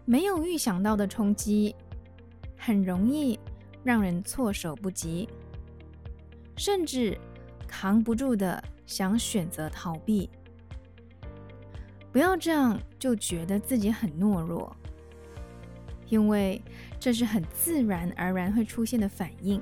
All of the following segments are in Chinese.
没有预想到的冲击，很容易让人措手不及，甚至扛不住的想选择逃避。不要这样就觉得自己很懦弱，因为这是很自然而然会出现的反应。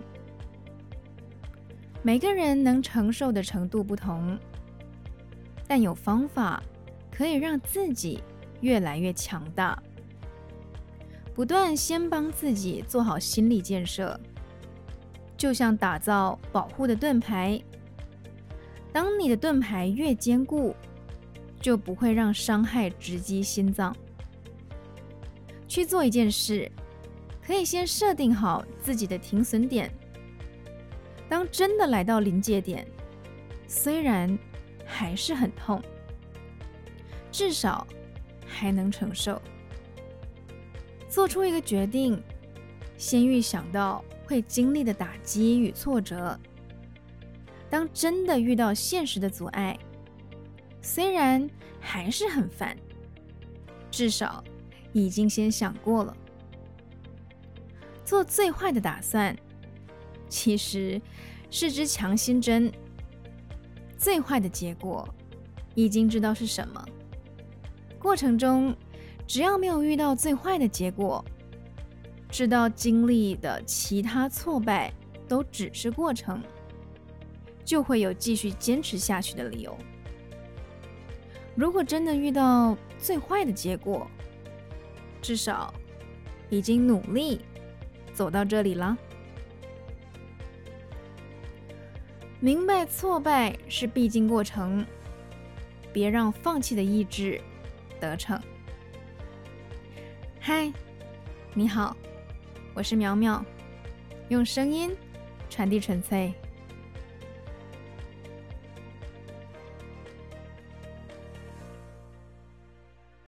每个人能承受的程度不同，但有方法可以让自己越来越强大。不断先帮自己做好心理建设，就像打造保护的盾牌。当你的盾牌越坚固，就不会让伤害直击心脏。去做一件事，可以先设定好自己的停损点。当真的来到临界点，虽然还是很痛，至少还能承受。做出一个决定，先预想到会经历的打击与挫折。当真的遇到现实的阻碍，虽然还是很烦，至少已经先想过了。做最坏的打算，其实是支强心针。最坏的结果已经知道是什么，过程中只要没有遇到最坏的结果，知道经历的其他挫败都只是过程，就会有继续坚持下去的理由。如果真的遇到最坏的结果，至少已经努力走到这里了。明白挫败是必经过程，别让放弃的意志得逞。嗨，你好，我是苗苗，用声音传递纯粹。